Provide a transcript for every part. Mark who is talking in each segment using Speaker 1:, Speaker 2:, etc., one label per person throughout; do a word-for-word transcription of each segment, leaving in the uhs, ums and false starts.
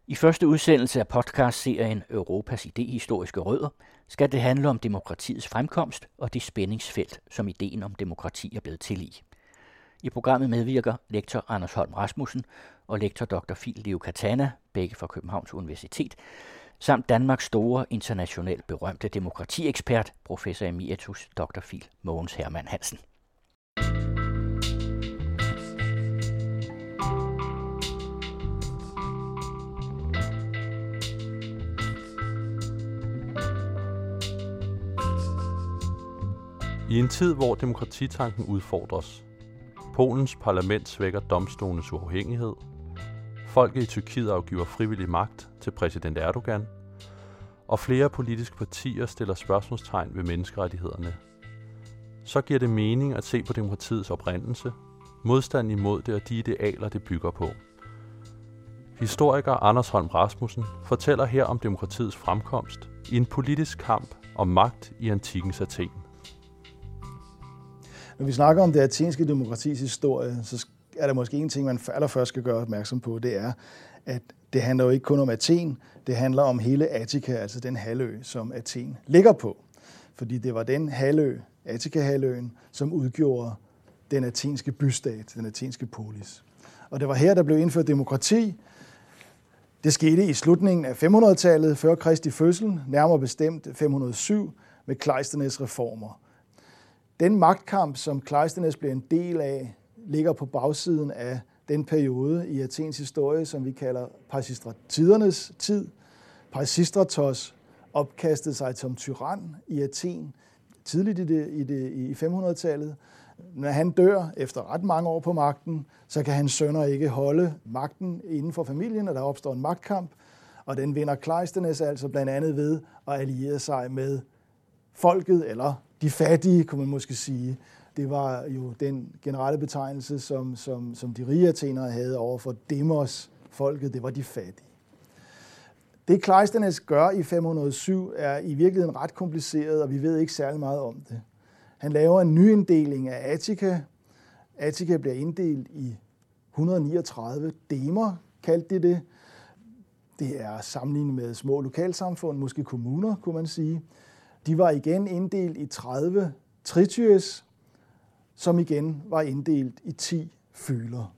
Speaker 1: I første udsendelse af podcastserien Europas idehistoriske rødder skal det handle om demokratiets fremkomst og det spændingsfelt, som ideen om demokrati er blevet til i. I programmet medvirker lektor Anders Holm Rasmussen og lektor doktor Phil Leo Catana, begge fra Københavns Universitet, samt Danmarks store internationalt berømte demokratiekspert, professor emeritus doktor Phil Mogens Hermann Hansen.
Speaker 2: I en tid, hvor demokratitanken udfordres, Polens parlament svækker domstolenes uafhængighed, folket i Tyrkiet afgiver frivillig magt til præsident Erdogan, og flere politiske partier stiller spørgsmålstegn ved menneskerettighederne, så giver det mening at se på demokratiets oprindelse, modstand imod det og de idealer, det bygger på. Historiker Anders Holm Rasmussen fortæller her om demokratiets fremkomst i en politisk kamp om magt i antikkens Athen.
Speaker 3: Når vi snakker om det athenske demokratis historie, så er der måske en ting, man allerførst skal gøre opmærksom på, det er, at det handler jo ikke kun om Athen, det handler om hele Attika, altså den halvø, som Athen ligger på. Fordi det var den halvø, Attika-halvøen, som udgjorde den athenske bystat, den athenske polis. Og det var her, der blev indført demokrati. Det skete i slutningen af fem hundrede-tallet, før Kristi fødsel, nærmere bestemt fem hundrede og syv, med Kleisthenes reformer. Den magtkamp, som Kleisthenes blev en del af, ligger på bagsiden af den periode i Athens historie, som vi kalder Peisistratidernes tid. Peisistratos opkastede sig som tyran i Athen tidligt i, det, i, det, i fem hundrede-tallet. Når han dør efter ret mange år på magten, så kan hans sønner ikke holde magten inden for familien, og der opstår en magtkamp. Og den vinder Kleisthenes altså blandt andet ved at alliere sig med folket, eller de fattige, kunne man måske sige. Det var jo den generelle betegnelse, som, som, som de rige athenere havde over for demos, folket, det var de fattige. Det Kleisthenes gør i fem hundrede og syv er i virkeligheden ret kompliceret, og vi ved ikke særlig meget om det. Han laver en nyinddeling af Attika. Attika bliver inddelt i et hundrede og niogtredive demer, kaldte de det. Det er sammenlignet med små lokalsamfund, måske kommuner, kunne man sige. De var igen inddelt i tredive trityes, som igen var inddelt i ti fyler.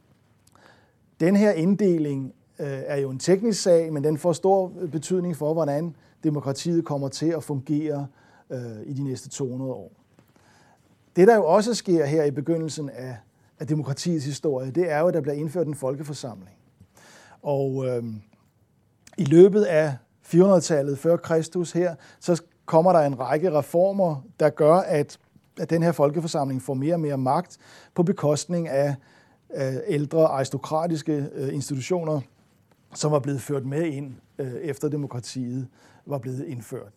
Speaker 3: Den her inddeling øh, er jo en teknisk sag, men den får stor betydning for, hvordan demokratiet kommer til at fungere øh, i de næste to hundrede år. Det, der jo også sker her i begyndelsen af, af demokratiets historie, det er jo, at der bliver indført en folkeforsamling. Og øh, i løbet af fire hundrede-tallet før Kristus her, så kommer der en række reformer, der gør, at, at den her folkeforsamling får mere og mere magt på bekostning af, af ældre aristokratiske øh, institutioner, som var blevet ført med ind, øh, efter demokratiet var blevet indført.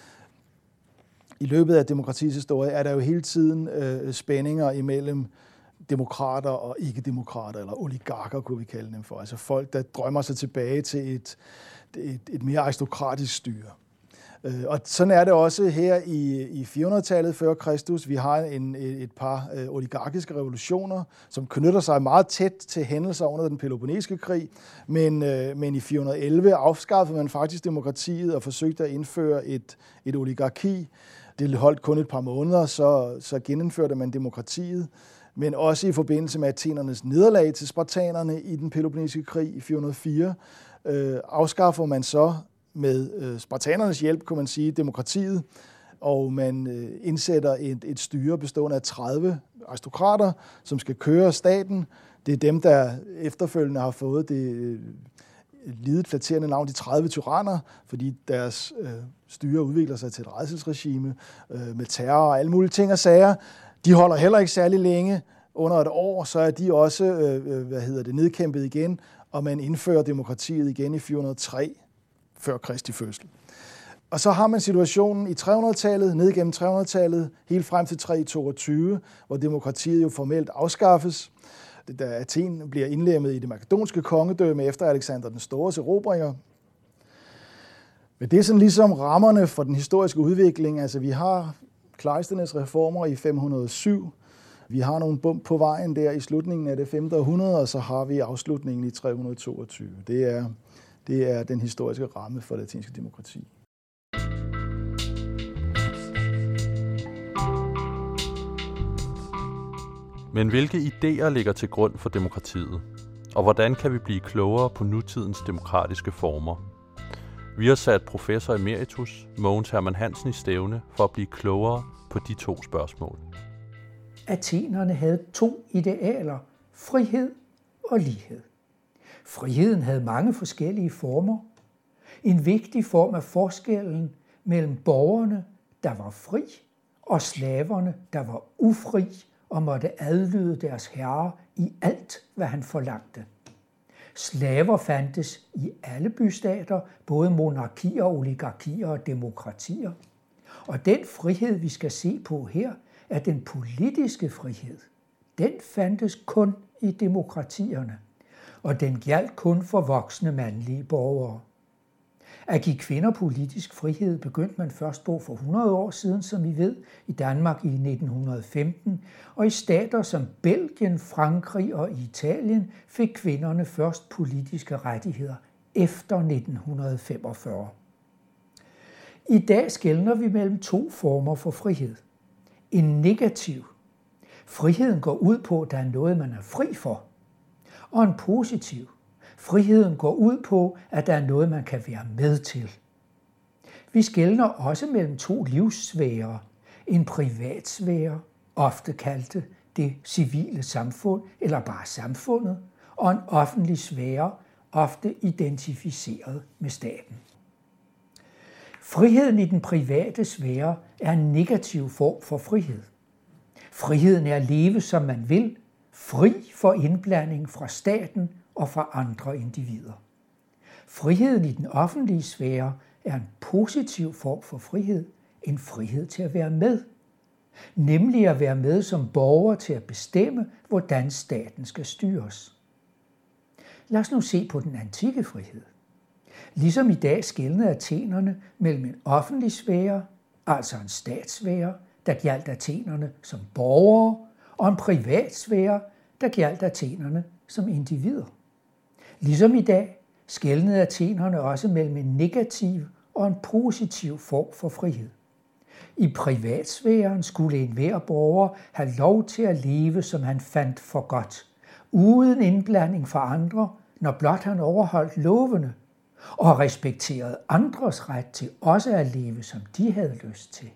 Speaker 3: I løbet af demokratiets historie er der jo hele tiden øh, spændinger imellem demokrater og ikke-demokrater, eller oligarker kunne vi kalde dem for. Altså folk, der drømmer sig tilbage til et, et, et mere aristokratisk styre. Og sådan er det også her i, i fire hundrede-tallet før Kristus. Vi har en, et par øh, oligarkiske revolutioner, som knytter sig meget tæt til hændelser under den Peloponnesiske krig. Men, øh, men i fire hundrede og elleve afskaffede man faktisk demokratiet og forsøgte at indføre et, et oligarki. Det holdt kun et par måneder, så, så genindførte man demokratiet. Men også i forbindelse med athenernes nederlag til spartanerne i den Peloponnesiske krig i fire hundrede og fire, øh, afskaffer man så med øh, spartanernes hjælp, kunne man sige, demokratiet, og man øh, indsætter et, et styre bestående af tredive aristokrater, som skal køre staten. Det er dem, der efterfølgende har fået det øh, lidet flatterende navn, de tredive tyranner, fordi deres øh, styre udvikler sig til et rædselsregime øh, med terror og alle mulige ting og sager. De holder heller ikke særlig længe. Under et år, så er de også øh, hvad hedder det, nedkæmpet igen, og man indfører demokratiet igen i fire hundrede og tre før Kristi fødsel. Og så har man situationen i tre hundrede-tallet, ned gennem tre hundrede-tallet, helt frem til tre hundrede og toogtyve, hvor demokratiet jo formelt afskaffes. Da Athen bliver indlemmet i det makedonske kongedømme efter Alexander den Stores erobringer. Men det er sådan ligesom rammerne for den historiske udvikling. Altså vi har Kleisthenes reformer i fem hundrede og syv. Vi har nogle bump på vejen der i slutningen af det femte århundrede, og så har vi afslutningen i tre hundrede og toogtyve. Det er Det er den historiske ramme for det athenske demokrati.
Speaker 2: Men hvilke idéer ligger til grund for demokratiet? Og hvordan kan vi blive klogere på nutidens demokratiske former? Vi har sat professor emeritus Mogens Hermann Hansen i stævne for at blive klogere på de to spørgsmål.
Speaker 4: Athenerne havde to idealer, frihed og lighed. Friheden havde mange forskellige former. En vigtig form af forskellen mellem borgerne, der var fri, og slaverne, der var ufri og måtte adlyde deres herre i alt, hvad han forlangte. Slaver fandtes i alle bystater, både monarkier, oligarkier og demokratier. Og den frihed, vi skal se på her, er den politiske frihed. Den fandtes kun i demokratierne, og den gjaldt kun for voksne mandlige borgere. At give kvinder politisk frihed begyndte man først på for hundrede år siden, som I ved, i Danmark i nitten femten, og i stater som Belgien, Frankrig og Italien fik kvinderne først politiske rettigheder efter nitten femogfyrre. I dag skelner vi mellem to former for frihed. En negativ. Friheden går ud på, at der er noget, man er fri for. Og en positiv. Friheden går ud på, at der er noget, man kan være med til. Vi skelner også mellem to livssfærer. En privatsfære, ofte kaldte det civile samfund eller bare samfundet, og en offentlig sfære, ofte identificeret med staten. Friheden i den private sfære er en negativ form for frihed. Friheden er at leve, som man vil, fri for indblanding fra staten og fra andre individer. Friheden i den offentlige sfære er en positiv form for frihed, en frihed til at være med. Nemlig at være med som borger til at bestemme, hvordan staten skal styres. Lad os nu se på den antikke frihed. Ligesom i dag skelnede athenerne mellem en offentlig sfære, altså en statssfære, der gjaldt athenerne som borgere, og en privat sfære, der gjaldt athenerne som individer. Ligesom i dag skelnede athenerne også mellem en negativ og en positiv form for frihed. I privatsfæren skulle enhver borger have lov til at leve, som han fandt for godt, uden indblanding fra andre, når blot han overholdt lovene, og respekterede andres ret til også at leve, som de havde lyst til.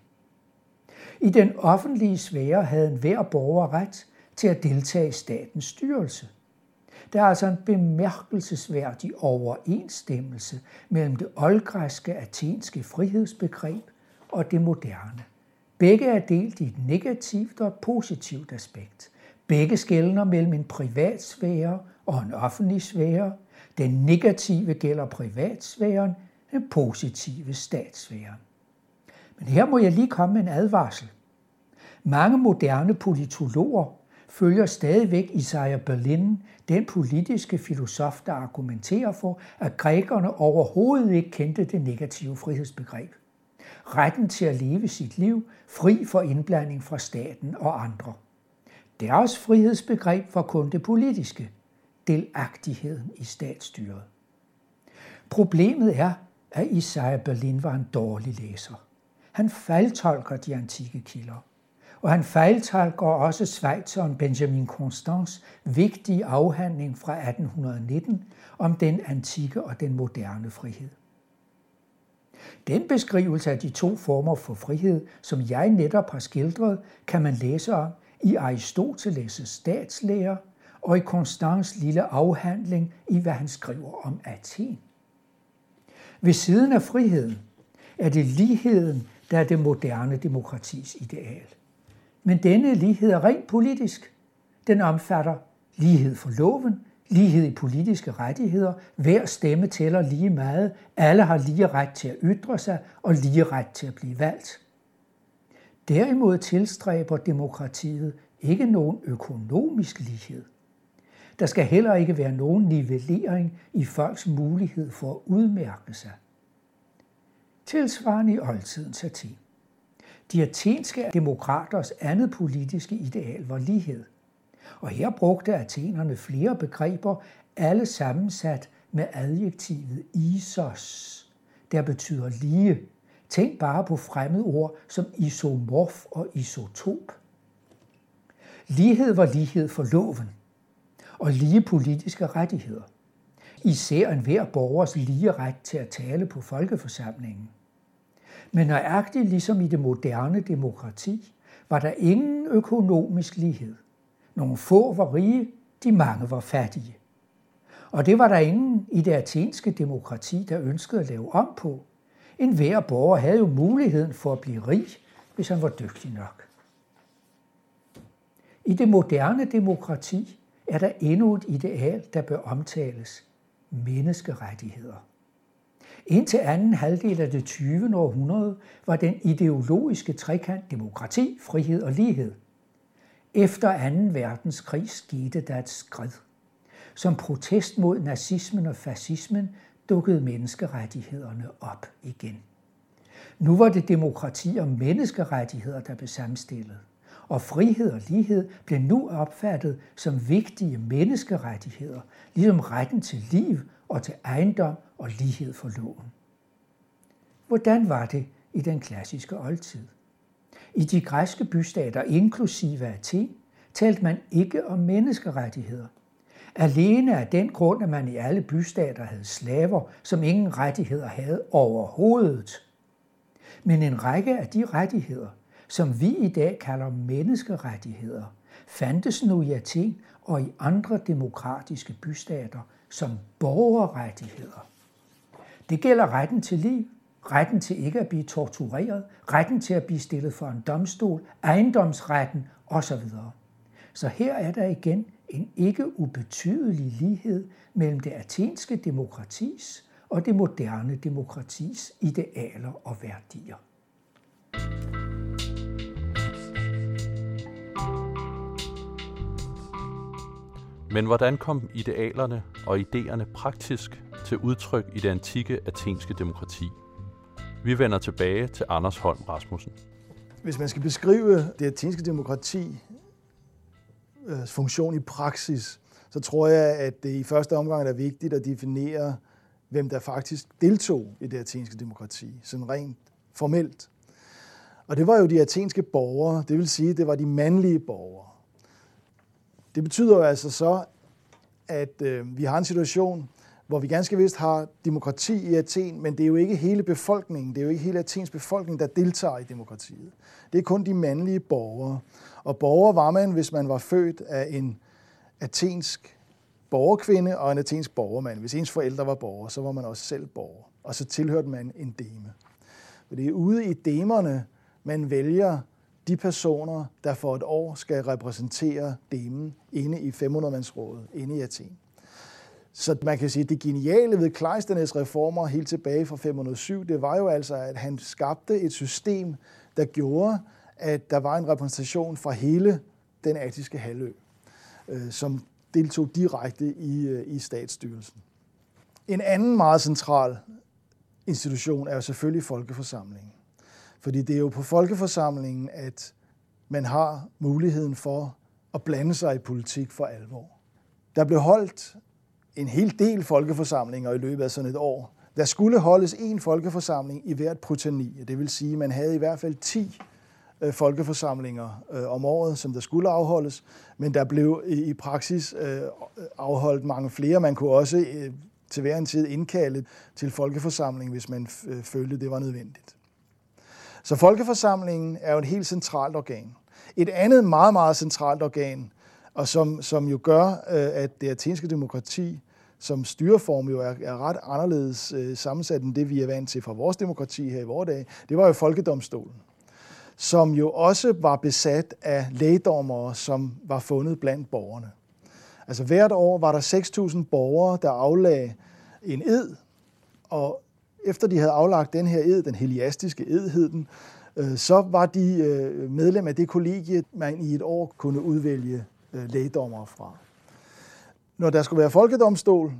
Speaker 4: I den offentlige sfære havde enhver borger ret til at deltage i statens styrelse. Der er altså en bemærkelsesværdig overensstemmelse mellem det oldgræske athenske frihedsbegreb og det moderne. Begge er delt i et negativt og et positivt aspekt. Begge skelner mellem en privat sfære og en offentlig sfære. Den negative gælder privatsfæren, den positive statssfæren. Men her må jeg lige komme med en advarsel. Mange moderne politologer følger stadigvæk Isaiah Berlin, den politiske filosof, der argumenterer for, at grækerne overhovedet ikke kendte det negative frihedsbegreb. Retten til at leve sit liv fri for indblanding fra staten og andre. Deres frihedsbegreb var kun det politiske, delagtigheden i statsstyret. Problemet er, at Isaiah Berlin var en dårlig læser. Han fejltolker de antikke kilder. Og han fejltolker også schweizeren Benjamin Constants vigtige afhandling fra atten nitten om den antikke og den moderne frihed. Den beskrivelse af de to former for frihed, som jeg netop har skildret, kan man læse om i Aristoteles' statslære og i Constants lille afhandling i, hvad han skriver om Athen. Ved siden af friheden er det ligheden, der er det moderne demokratis ideal. Men denne lighed er rent politisk. Den omfatter lighed for loven, lighed i politiske rettigheder, hver stemme tæller lige meget, alle har lige ret til at ytre sig og lige ret til at blive valgt. Derimod tilstræber demokratiet ikke nogen økonomisk lighed. Der skal heller ikke være nogen nivellering i folks mulighed for at udmærke sig. Tilsvarende i oldtidens Athen. De athenske demokraters andet politiske ideal var lighed. Og her brugte athenerne flere begreber, alle sammensat med adjektivet isos, der betyder lige. Tænk bare på fremmedord som isomorf og isotop. Lighed var lighed for loven og lige politiske rettigheder. Især enhver borgers lige ret til at tale på folkeforsamlingen. Men nøjagtigt ligesom i det moderne demokrati, var der ingen økonomisk lighed. Nogle få var rige, de mange var fattige. Og det var der ingen i det athenske demokrati, der ønskede at lave om på. Enhver borger havde jo muligheden for at blive rig, hvis han var dygtig nok. I det moderne demokrati er der endnu et ideal, der bør omtales: menneskerettigheder. Indtil anden halvdel af det tyvende århundrede var den ideologiske trekant demokrati, frihed og lighed. Efter anden verdenskrig skete der et skred. Som protest mod nazismen og fascismen dukkede menneskerettighederne op igen. Nu var det demokrati og menneskerettigheder, der blev samstillet, og frihed og lighed blev nu opfattet som vigtige menneskerettigheder, ligesom retten til liv og til ejendom og lighed for loven. Hvordan var det i den klassiske oldtid? I de græske bystater, inklusive Athen, talte man ikke om menneskerettigheder. Alene af den grund, at man i alle bystater havde slaver, som ingen rettigheder havde overhovedet. Men en række af de rettigheder, som vi i dag kalder menneskerettigheder, fandtes nu i Athen og i andre demokratiske bystater som borgerrettigheder. Det gælder retten til liv, retten til ikke at blive tortureret, retten til at blive stillet for en domstol, ejendomsretten osv. Så her er der igen en ikke ubetydelig lighed mellem det athenske demokratis og det moderne demokratis idealer og værdier.
Speaker 2: Men hvordan kom idealerne og idéerne praktisk til udtryk i det antikke athenske demokrati? Vi vender tilbage til Anders Holm Rasmussen.
Speaker 3: Hvis man skal beskrive det athenske demokrati funktion i praksis, så tror jeg, at det i første omgang er vigtigt at definere, hvem der faktisk deltog i det athenske demokrati, sådan rent formelt. Og det var jo de athenske borgere, det vil sige, det var de mandlige borgere. Det betyder jo altså så, at øh, vi har en situation, hvor vi ganske vist har demokrati i Athen, men det er jo ikke hele befolkningen, det er jo ikke hele Athens befolkning, der deltager i demokratiet. Det er kun de mandlige borgere. Og borger var man, hvis man var født af en athensk borgerkvinde og en athensk borgermand. Hvis ens forældre var borgere, så var man også selv borger. Og så tilhørte man en deme. For det er ude i demerne, man vælger de personer, der for et år skal repræsentere demen inde i fem hundrede-mandsrådet, inde i Athen. Så man kan sige, at det geniale ved Kleisthenes reformer helt tilbage fra fem hundrede og syv, det var jo altså, at han skabte et system, der gjorde, at der var en repræsentation fra hele den attiske halvø, som deltog direkte i, i statsstyrelsen. En anden meget central institution er jo selvfølgelig folkeforsamlingen. Fordi det er jo på folkeforsamlingen, at man har muligheden for at blande sig i politik for alvor. Der blev holdt en hel del folkeforsamlinger i løbet af sådan et år. Der skulle holdes en folkeforsamling i hvert prytani. Det vil sige, at man havde i hvert fald ti folkeforsamlinger om året, som der skulle afholdes, men der blev i praksis afholdt mange flere. Man kunne også til hver en tid indkalde til folkeforsamling, hvis man følte, det var nødvendigt. Så folkeforsamlingen er jo et helt centralt organ. Et andet meget, meget centralt organ, og som, som jo gør, at det athenske demokrati som styreform jo er, er ret anderledes øh, sammensat end det, vi er vant til fra vores demokrati her i vore dage, det var jo folkedomstolen, som jo også var besat af lægdommere, som var fundet blandt borgerne. Altså hvert år var der seks tusind borgere, der aflagde en ed, og efter de havde aflagt den her ed, den heliastiske ed hed den, øh, så var de øh, medlem af det kollegie, man i et år kunne udvælge øh, lægdommere fra. Når der skulle være folkedomstol,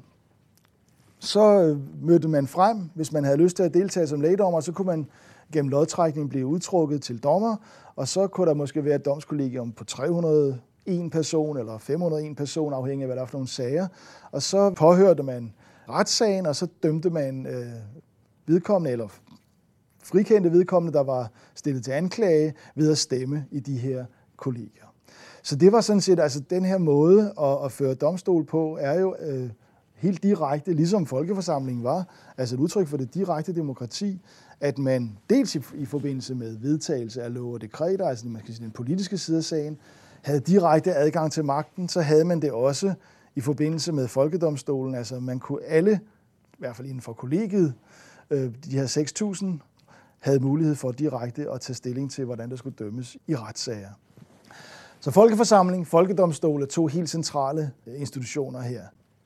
Speaker 3: så mødte man frem. Hvis man havde lyst til at deltage som lægdommer, så kunne man gennem lodtrækning blive udtrukket til dommer, og så kunne der måske være et domskollegium på tre hundrede og en person eller fem hundrede og en person, afhængig af hvad der er for nogle sager. Og så påhørte man retssagen, og så dømte man øh, vedkommende, eller frikendte vedkommende, der var stillet til anklage, ved at stemme i de her kollegier. Så det var sådan set, altså den her måde at, at føre domstol på, er jo øh, helt direkte, ligesom folkeforsamlingen var, altså et udtryk for det direkte demokrati, at man dels i, i forbindelse med vedtagelse af love og dekreter, altså man kan sige den politiske side af sagen, havde direkte adgang til magten, så havde man det også i forbindelse med folkedomstolen, altså man kunne alle, i hvert fald inden for kollegiet, øh, de her seks tusind, havde mulighed for direkte at tage stilling til, hvordan der skulle dømmes i retssager. Så folkeforsamling, folkedomstol er to helt centrale institutioner her.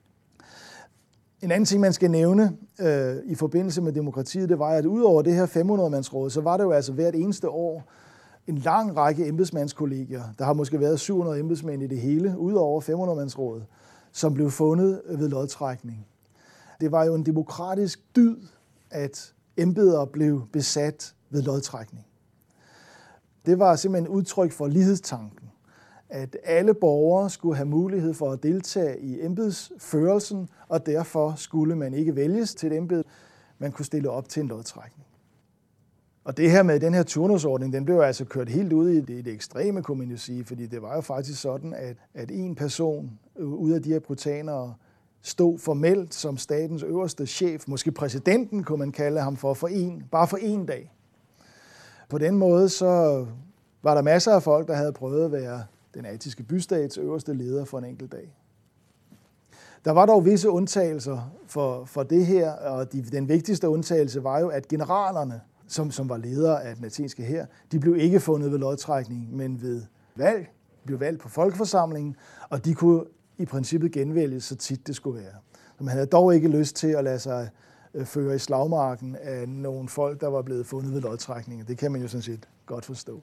Speaker 3: En anden ting, man skal nævne øh, i forbindelse med demokratiet, det var, at udover det her fem hundrede-mandsråd, så var det jo altså hvert eneste år en lang række embedsmandskollegier. Der har måske været syv hundrede embedsmænd i det hele, udover fem hundrede-mandsrådet, som blev fundet ved lodtrækning. Det var jo en demokratisk dyd, at embeder blev besat ved lodtrækning. Det var simpelthen udtryk for lighedstanken, at alle borgere skulle have mulighed for at deltage i embedsførelsen, og derfor skulle man ikke vælges til et embede. Man kunne stille op til en lodtrækning. Og det her med den her turnusordning, den blev altså kørt helt ud i det, det ekstreme, kunne man jo sige, fordi det var jo faktisk sådan, at, at en person ud af de her prytanere stod formelt som statens øverste chef, måske præsidenten kunne man kalde ham for, for en, bare for en dag. På den måde så var der masser af folk, der havde prøvet at være den atiske bystats øverste leder for en enkelt dag. Der var dog visse undtagelser for, for det her, og de, den vigtigste undtagelse var jo, at generalerne, som, som var ledere af den athenske hær, de blev ikke fundet ved lodtrækning, men ved valg, de blev valgt på folkeforsamlingen, og de kunne i princippet genvælges så tit det skulle være. Man havde dog ikke lyst til at lade sig føre i slagmarken af nogle folk, der var blevet fundet ved lodtrækning. Det kan man jo sådan set godt forstå.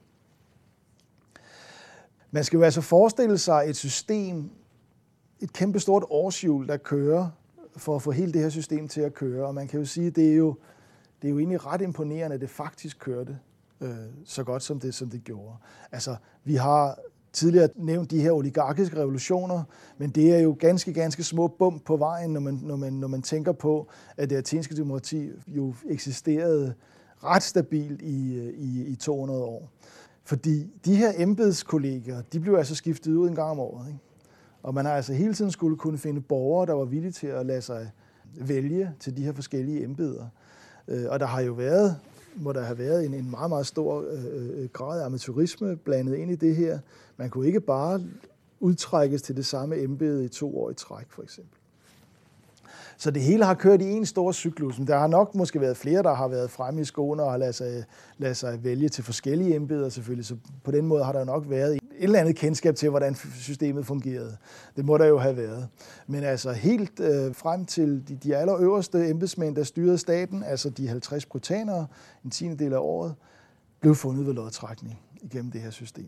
Speaker 3: Man skal jo altså forestille sig et system, et kæmpestort årshjul, der kører for at få hele det her system til at køre. Og man kan jo sige, at det er jo, det er jo egentlig ret imponerende, at det faktisk kørte øh, så godt, som det, som det gjorde. Altså, vi har tidligere nævnt de her oligarkiske revolutioner, men det er jo ganske, ganske små bump på vejen, når man, når man, når man tænker på, at det athenske demokrati jo eksisterede ret stabilt i, i, i to hundrede år. Fordi de her embedskolleger, de blev altså skiftet ud en gang om året, ikke? Og man har altså hele tiden skulle kunne finde borgere, der var villige til at lade sig vælge til de her forskellige embeder. Og der har jo været, må der have været en, en meget, meget stor øh, grad af amatørisme blandet ind i det her. Man kunne ikke bare udtrækkes til det samme embede i to år i træk, for eksempel. Så det hele har kørt i en stor cyklus. Der har nok måske været flere, der har været fremme i skoene og har ladet sig, ladet sig vælge til forskellige embeder selvfølgelig. Så på den måde har der nok været et eller andet kendskab til, hvordan systemet fungerede. Det må der jo have været. Men altså helt øh, frem til de, de allerøverste embedsmænd, der styrede staten, altså de halvtreds prytanere, en tiende del af året, blev fundet ved lodtrækning igennem det her system.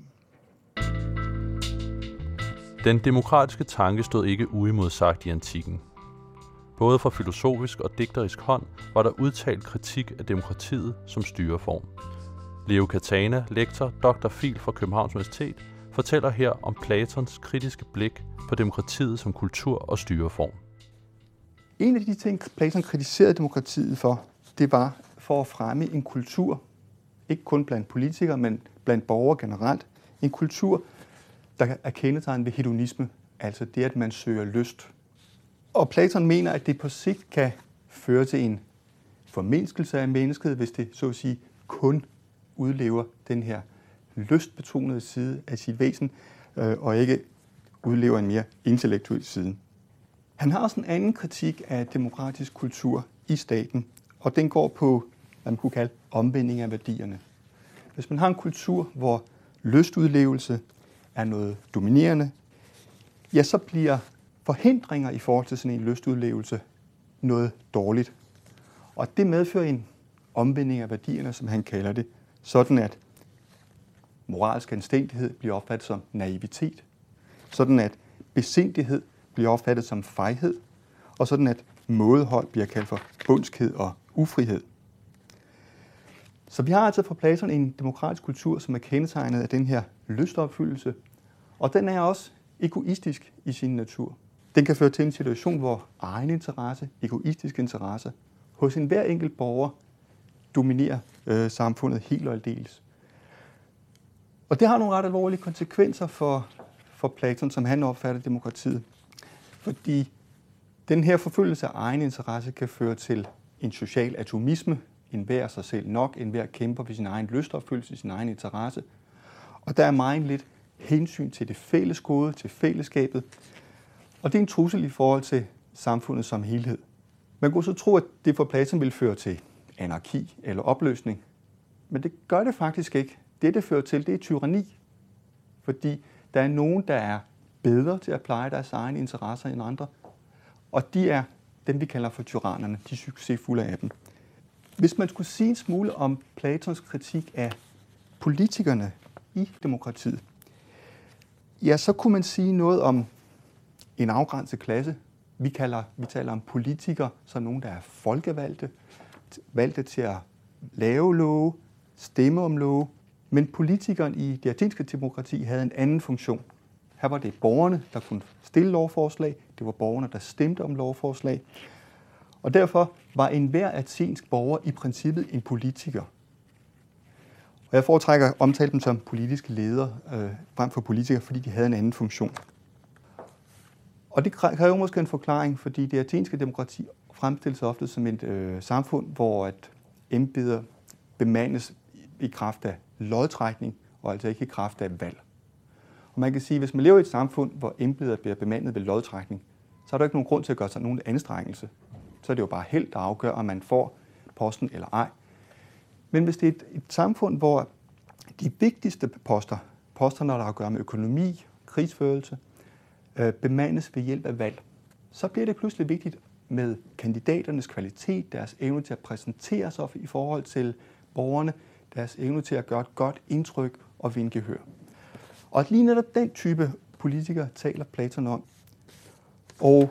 Speaker 2: Den demokratiske tanke stod ikke uimodsagt i antikken. Både fra filosofisk og digterisk hånd var der udtalt kritik af demokratiet som styreform. Leo Catana, lektor, doktor Phil fra Københavns Universitet, fortæller her om Platons kritiske blik på demokratiet som kultur og styreform.
Speaker 5: En af de ting, Platon kritiserede demokratiet for, det var for at fremme en kultur, ikke kun blandt politikere, men blandt borgere generelt, en kultur, der er kendetegnet ved hedonisme, altså det, at man søger lyst. Og Platon mener, at det på sigt kan føre til en formindskelse af mennesket, hvis det så at sige kun udlever den her lystbetonede side af sit væsen, øh, og ikke udlever en mere intellektuel side. Han har også en anden kritik af demokratisk kultur i staten, og den går på, hvad man kunne kalde omvending af værdierne. Hvis man har en kultur, hvor lystudlevelse er noget dominerende, ja, så bliver forhindringer i forhold til sådan en lystudlevelse noget dårligt. Og det medfører en omvending af værdierne, som han kalder det, sådan at moralsk anstændighed bliver opfattet som naivitet, sådan at besindighed bliver opfattet som fejhed, og sådan at mådehold bliver kaldt for bundskhed og ufrihed. Så vi har altså fra Platon en demokratisk kultur, som er kendetegnet af den her lystopfyldelse, og den er også egoistisk i sin natur. Den kan føre til en situation, hvor egen interesse, egoistiske interesse, hos enhver enkelt borger dominerer øh, samfundet helt og aldeles. Og det har nogle ret alvorlige konsekvenser for, for Platon, som han opfatter demokratiet. Fordi den her forfølgelse af egen interesse kan føre til en social atomisme, enhver sig selv nok, enhver kæmper for sin egen lystopfyldelse, sin egen interesse. Og der er meget lidt hensyn til det fælles gode, til fællesskabet. Og det er en trussel i forhold til samfundet som helhed. Man kunne så tro, at det for Platon ville føre til anarki eller opløsning. Men det gør det faktisk ikke. Det, det fører til, det er tyranni. Fordi der er nogen, der er bedre til at pleje deres egne interesser end andre. Og de er dem, vi kalder for tyrannerne, de succesfulde af dem. Hvis man skulle sige en smule om Platons kritik af politikerne i demokratiet, ja, så kunne man sige noget om en afgrænset klasse. Vi, kalder, vi taler om politikere som nogen, der er folkevalgte, valgte til at lave love, stemme om love. Men politikeren i det athenske demokrati havde en anden funktion. Her var det borgerne, der kunne stille lovforslag. Det var borgerne, der stemte om lovforslag. Og derfor var enhver athensk borger i princippet en politiker. Og jeg foretrækker at omtale dem som politiske ledere øh, frem for politikere, fordi de havde en anden funktion. Og det kræver måske en forklaring, fordi det athenske demokrati fremstilles ofte som et øh, samfund, hvor at embeder bemandes i kraft af lodtrækning, og altså ikke i kraft af valg. Og man kan sige, at hvis man lever i et samfund, hvor embeder bliver bemandet ved lodtrækning, så er der ikke nogen grund til at gøre sig nogen anstrengelse. Så er det jo bare held, der afgør, om man får posten eller ej. Men hvis det er et, et samfund, hvor de vigtigste poster, posterne, der har at gøre med økonomi, krigsførelse, øh, bemandes ved hjælp af valg, så bliver det pludselig vigtigt med kandidaternes kvalitet, deres evne til at præsentere sig i forhold til borgerne, deres evne til at gøre et godt indtryk og vinde gehør. Og lige netop den type politikere taler Platon om. Og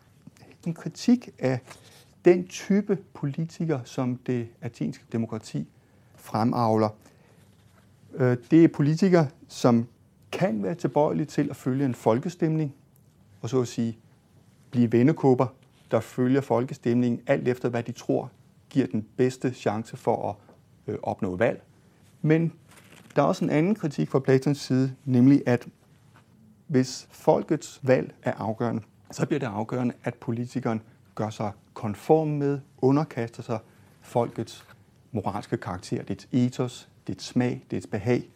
Speaker 5: en kritik af den type politikere, som det athenske demokrati fremavler, det er politikere, som kan være tilbøjelige til at følge en folkestemning, og så at sige blive vendekåber, der følger folkestemningen alt efter, hvad de tror giver den bedste chance for at øh, opnå valg. Men der er også en anden kritik fra Platons side, nemlig at hvis folkets valg er afgørende, så bliver det afgørende, at politikeren gør sig konform med, underkaster sig folkets moralske karakter, dets ethos, dets smag, dets behag.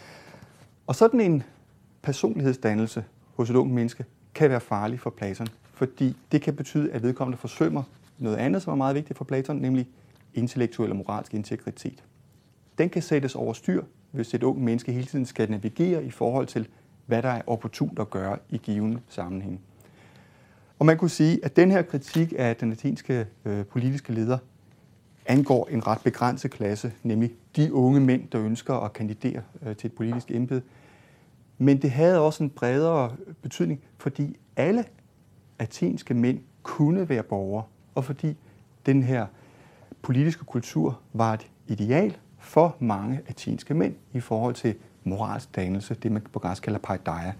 Speaker 5: Og sådan en personlighedsdannelse hos et ungt menneske kan være farlig for Platon, fordi det kan betyde, at vedkommende forsømmer noget andet, som er meget vigtigt for Platon, nemlig intellektuel og moralsk integritet. Den kan sættes over styr, hvis et ungt menneske hele tiden skal navigere i forhold til, hvad der er opportunt at gøre i given sammenhæng. Og man kunne sige, at den her kritik af den athenske øh, politiske leder angår en ret begrænset klasse, nemlig de unge mænd, der ønsker at kandidere øh, til et politisk embede. Men det havde også en bredere betydning, fordi alle athenske mænd kunne være borgere, og fordi den her politiske kultur var et ideal for mange athenske mænd i forhold til moralsk dannelse, det man på græsk kalder paideia.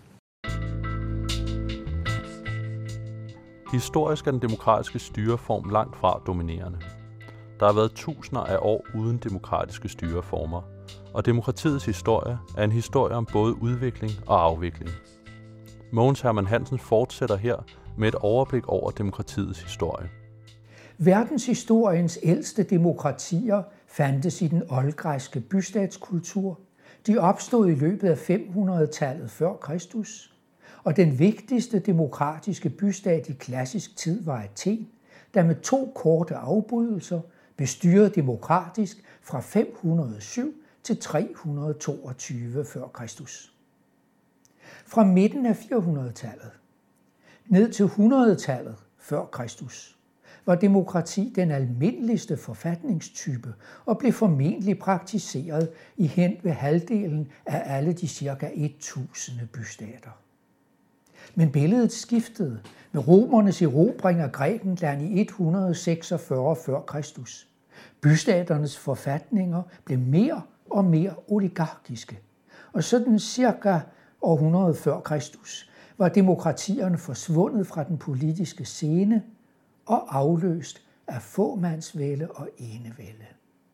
Speaker 2: Historisk er den demokratiske styreform langt fra dominerende. Der har været tusinder af år uden demokratiske styreformer, og demokratiets historie er en historie om både udvikling og afvikling. Mogens Hermann Hansen fortsætter her med et overblik over demokratiets historie.
Speaker 4: Verdenshistoriens ældste demokratier fandtes i den oldgræske bystatskultur. De opstod i løbet af fem hundrede-tallet før Kristus, og den vigtigste demokratiske bystat i klassisk tid var Athen, der med to korte afbrydelser bestyrede demokratisk fra fem hundrede og syv til tre hundrede og toogtyve før Kristus. Fra midten af fire hundrede-tallet ned til hundrede-tallet før Kristus var demokrati den almindeligste forfatningstype og blev formentlig praktiseret i hen ved halvdelen af alle de cirka tusind bystater. Men billedet skiftede med romernes erobring af Grækenland i et hundrede og seksogfyrre før Kristus. Bystaternes forfatninger blev mere og mere oligarkiske, og sådan cirka århundrede før Kristus var demokratierne forsvundet fra den politiske scene og afløst af fåmandsvælde og enevælde.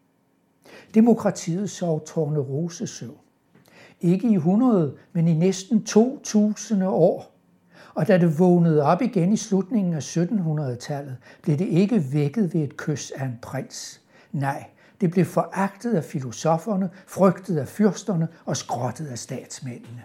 Speaker 4: Demokratiet sov Tornerosesøvn. Ikke i hundrede, men i næsten to tusinde år. Og da det vågnede op igen i slutningen af syttenhundredetallet, blev det ikke vækket ved et kys af en prins. Nej, det blev foragtet af filosoferne, frygtet af fyrsterne og skrottet af statsmændene.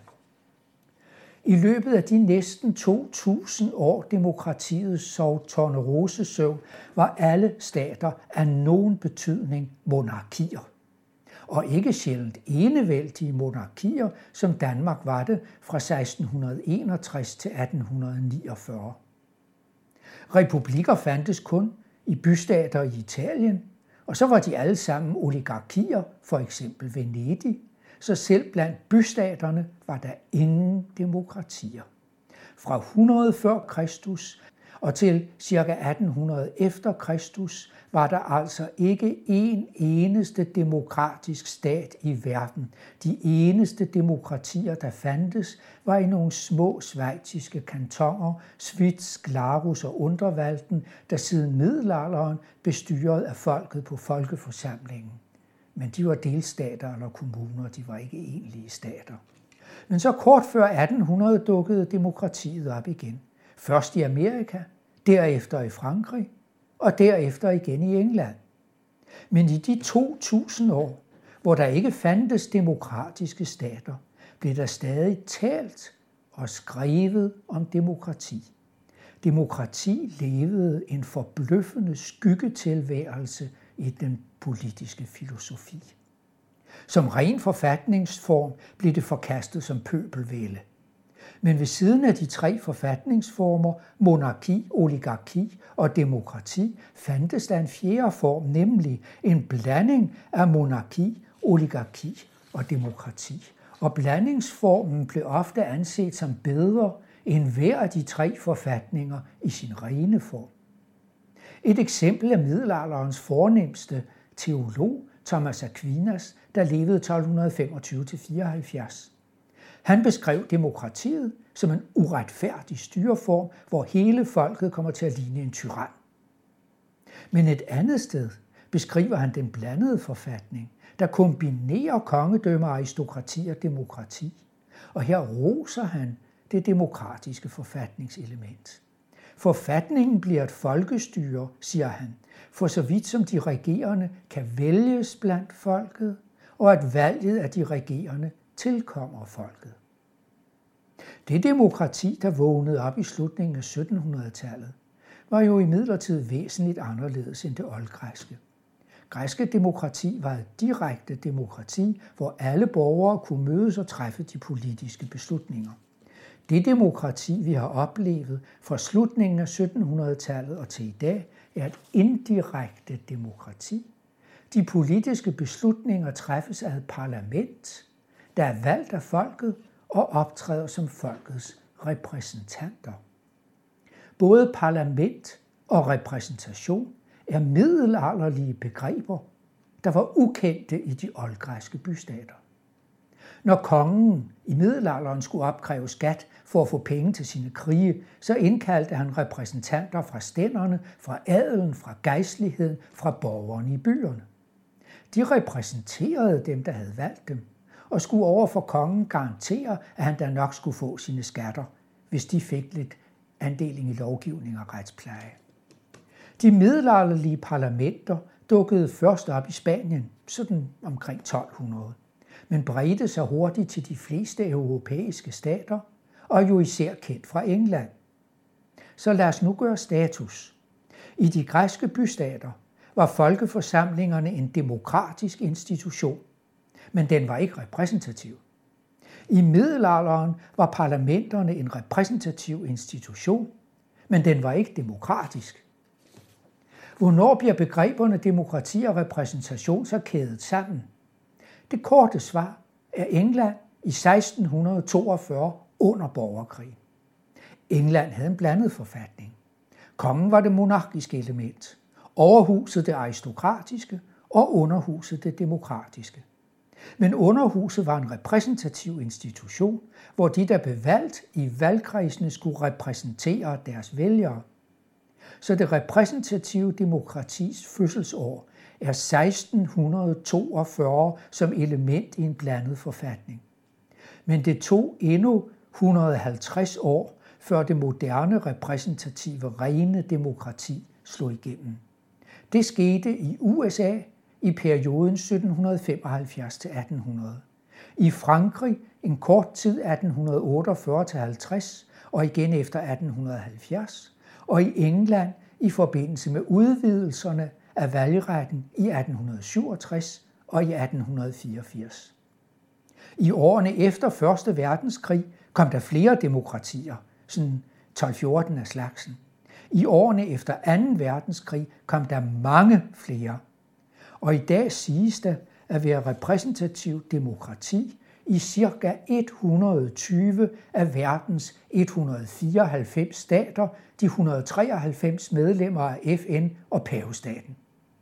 Speaker 4: I løbet af de næsten to tusind år demokratiet sov Tornerosesøvn, var alle stater af nogen betydning monarkier. Og ikke sjældent enevældige monarkier, som Danmark var det fra seksten enogtres til atten niogfyrre. Republikker fandtes kun i bystater i Italien, og så var de alle sammen oligarkier, for eksempel Venedig, så selv blandt bystaterne var der ingen demokratier. Fra hundrede før Kristus og til ca. atten hundrede efter Kristus var der altså ikke en eneste demokratisk stat i verden. De eneste demokratier, der fandtes, var i nogle små schweiziske kantoner, Schwyz, Glarus og Unterwalden, der siden middelalderen bestyret af folket på folkeforsamlingen. Men de var delstater eller kommuner, de var ikke egentlige stater. Men så kort før atten hundrede dukkede demokratiet op igen. Først i Amerika, derefter i Frankrig, og derefter igen i England. Men i de to tusind år, hvor der ikke fandtes demokratiske stater, blev der stadig talt og skrevet om demokrati. Demokrati levede en forbløffende skyggetilværelse i den politiske filosofi. Som ren forfatningsform blev det forkastet som pøbelvælde. Men ved siden af de tre forfatningsformer, monarki, oligarki og demokrati, fandtes der en fjerde form, nemlig en blanding af monarki, oligarki og demokrati. Og blandingsformen blev ofte anset som bedre end hver af de tre forfatninger i sin rene form. Et eksempel er middelalderens fornemste teolog, Thomas Aquinas, der levede tolv femogtyve til fireoghalvfjerds. Han beskrev demokratiet som en uretfærdig styreform, hvor hele folket kommer til at ligne en tyran. Men et andet sted beskriver han den blandede forfatning, der kombinerer kongedømme, aristokrati og demokrati. Og her roser han det demokratiske forfatningselement. Forfatningen bliver et folkestyre, siger han, for så vidt som de regerende kan vælges blandt folket, og at valget af de regerende tilkommer folket. Det demokrati, der vågnede op i slutningen af syttenhundredetallet, var jo imidlertid væsentligt anderledes end det oldgræske. Græske demokrati var et direkte demokrati, hvor alle borgere kunne mødes og træffe de politiske beslutninger. Det demokrati, vi har oplevet fra slutningen af syttenhundredetallet og til i dag, er et indirekte demokrati. De politiske beslutninger træffes af et parlament, der er valgt af folket og optræder som folkets repræsentanter. Både parlament og repræsentation er middelalderlige begreber, der var ukendte i de oldgræske bystater. Når kongen i middelalderen skulle opkræve skat for at få penge til sine krige, så indkaldte han repræsentanter fra stænderne, fra adelen, fra gejstligheden, fra borgerne i byerne. De repræsenterede dem, der havde valgt dem, og skulle over for kongen garantere, at han da nok skulle få sine skatter, hvis de fik lidt andeling i lovgivning og retspleje. De middelalderlige parlamenter dukkede først op i Spanien, sådan omkring tolv hundrede, men bredte sig hurtigt til de fleste europæiske stater, og jo især kendt fra England. Så lad os nu gøre status. I de græske bystater var folkeforsamlingerne en demokratisk institution, men den var ikke repræsentativ. I middelalderen var parlamenterne en repræsentativ institution, men den var ikke demokratisk. Hvornår bliver begreberne demokrati og repræsentation så kædet sammen? Det korte svar er England i seksten toogfyrre under borgerkrigen. England havde en blandet forfatning. Kongen var det monarkiske element, overhuset det aristokratiske og underhuset det demokratiske. Men underhuset var en repræsentativ institution, hvor de, der blev valgt i valgkredsene, skulle repræsentere deres vælgere. Så det repræsentative demokratis fødselsår er seksten toogfyrre som element i en blandet forfatning. Men det tog endnu et hundrede og halvtreds år, før det moderne repræsentative rene demokrati slog igennem. Det skete i U S A i perioden sytten femoghalvfjerds til atten hundrede. I Frankrig en kort tid atten otteogfyrre til halvtreds og igen efter atten halvfjerds, og i England i forbindelse med udvidelserne af valgretten i atten syvogtres og i atten fireogfirs. I årene efter første verdenskrig kom der flere demokratier, sådan tolv fjorten af slagsen. I årene efter anden verdenskrig kom der mange flere. Og i dag siges der at være repræsentativ demokrati i ca. et hundrede og tyve af verdens et hundrede og fireoghalvfems stater, de et hundrede og treoghalvfems medlemmer af F N og pavestaten.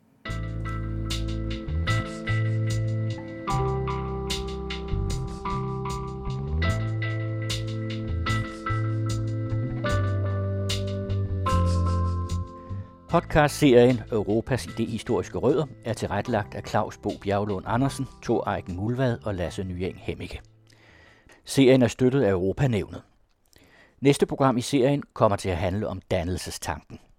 Speaker 1: Podcast-serien Europas idehistoriske rødder er tilrettelagt af Claus Bo Bjerglund Andersen, Thor Eiken Mulvad og Lasse Nyeng Hemmicke. Serien er støttet af Europanævnet. Næste program i serien kommer til at handle om dannelsestanken.